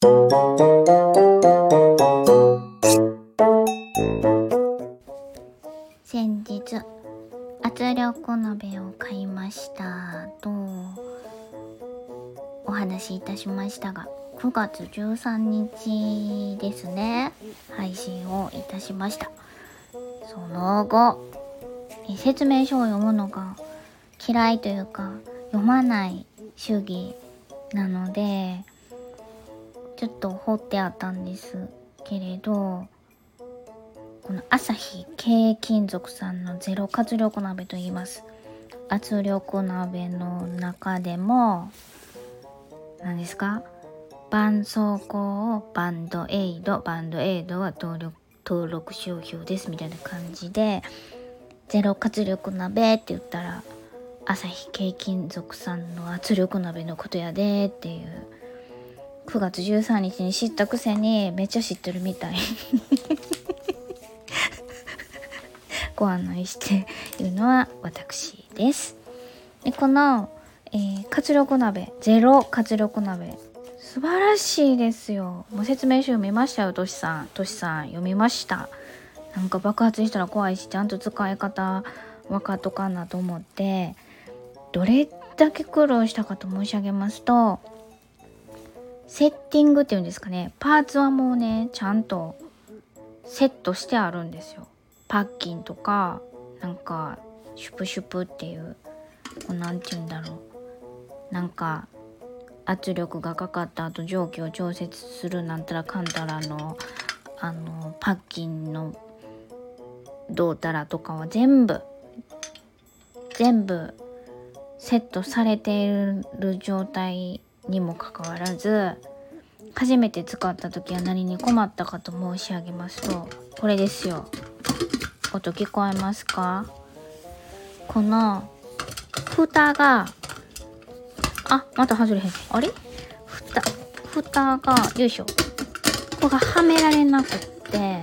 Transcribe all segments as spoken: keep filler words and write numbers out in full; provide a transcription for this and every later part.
先日圧力鍋を買いましたとお話しいたしましたが、くがつじゅうさんにちですね、配信をいたしました。その後説明書を読むのが嫌いというか読まない主義なのでちょっと放ってあったんですけれど、この朝日軽金属さんのゼロ活力鍋と言います。圧力鍋の中でも何ですか、絆創膏をバンドエイド、バンドエイドは登録登録商標ですみたいな感じで、ゼロ活力鍋って言ったら朝日軽金属さんの圧力鍋のことやでっていう、くがつじゅうさんにちに知ったくせにめっちゃ知ってるみたいご案内しているのは私です。でこの、えー、活力鍋、ゼロ活力鍋素晴らしいですよ。もう説明書読みましたよ。としさんとしさん読みました。なんか爆発したら怖いし、ちゃんと使い方分かっとかんなと思って、どれだけ苦労したかと申し上げますと、セッティングっていうんですかね、パーツはもうねちゃんとセットしてあるんですよ。パッキンとかなんかシュプシュプっていう、こうなんて言うんだろう、なんか圧力がかかった後蒸気を調節するなんたらかんたらのあのパッキンのどうたらとかは全部全部セットされている状態にもかかわらず、初めて使った時は何に困ったかと申し上げますと、これですよ。音聞こえますか？この蓋があまた外れへん。あれ蓋蓋がよいしょ、ここがはめられなくって、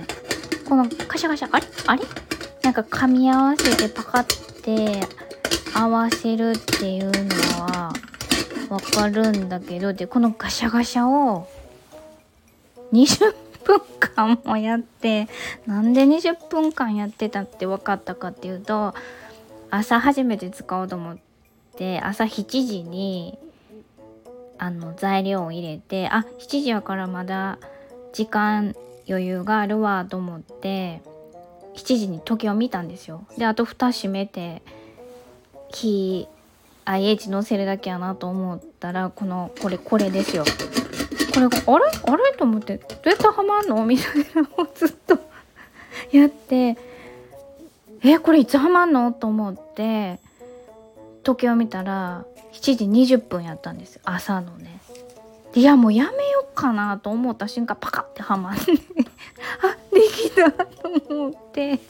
このカシャカシャあれあれなんか噛み合わせてパカって合わせるっていうのはわかるんだけど、でこのガシャガシャをにじゅっぷんかんもやって、なんでにじゅっぷんかんやってたって分かったかっていうと、朝初めて使おうと思って朝しちじにあの材料を入れて、あしちじやからまだ時間余裕があるわと思ってしちじに時を見たんですよ。であと蓋閉めて火 アイエイチ 乗せるだけやなと思ったら、このこれこれですよ。これがあれあれと思って、どうやってはまんのみたいなのをずっとやって、えこれいつはまんのと思って時計を見たらしちじにじゅっぷんやったんです、朝のね。いやもうやめようかなと思った瞬間パカッてはまんであできたと思って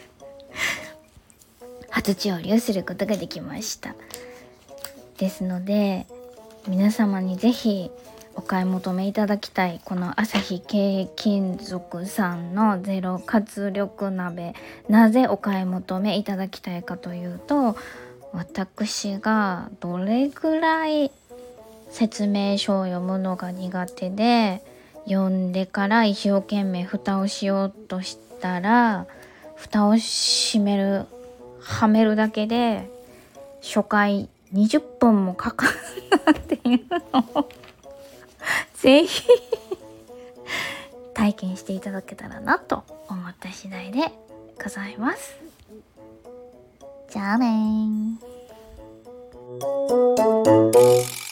初調理をすることができました。ですので皆様にぜひお買い求めいただきたいこの朝日軽金属さんのゼロ活力鍋、なぜお買い求めいただきたいかというと、私がどれぐらい説明書を読むのが苦手で、読んでから一生懸命蓋をしようとしたら蓋を閉めるはめるだけで初回にじゅっぷんもかかるっていうのをぜひ体験していただけたらなと思った次第でございます。じゃあねー。